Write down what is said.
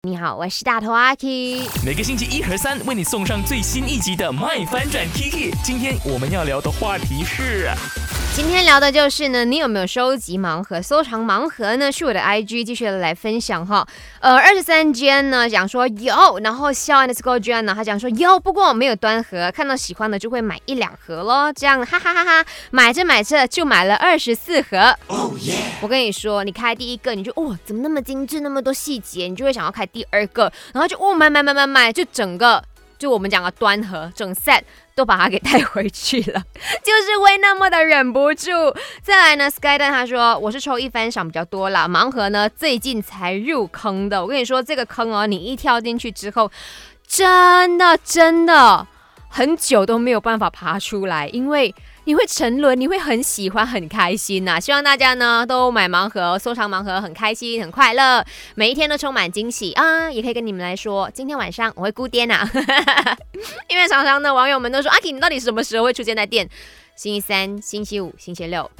你好，我是大头阿 K。 每个星期一和三为你送上最新一集的《麦翻转 Kiki》。今天我们要聊的话题是， 今天聊的就是呢，你有没有收集盲盒、收藏盲盒呢？去我的 IG 继续来分享哈。23间呢讲说有，然后笑 underscore Jen 呢他讲说有，不过我没有端盒，看到喜欢的就会买1-2盒咯，这样哈哈哈哈，买着就买了24盒。Oh yeah！ 我跟你说，你开第一个你就怎么那么精致，那么多细节，你就会想要开第二个，然后就买，就整个。就我们讲的端盒整 set 都把它给带回去了，就是会那么的忍不住。再来呢 Skydan 他说我是抽一番赏比较多啦，盲盒呢最近才入坑的。我跟你说这个坑你一跳进去之后，真的很久都没有办法爬出来，因为你会沉沦，你会很喜欢很开心呐。希望大家呢都买盲盒收藏盲盒，很开心很快乐，每一天都充满惊喜啊！也可以跟你们来说，今天晚上我会顾店啊因为常常的网友们都说阿 K 你到底什么时候会出现在店？星期三、星期五、星期六。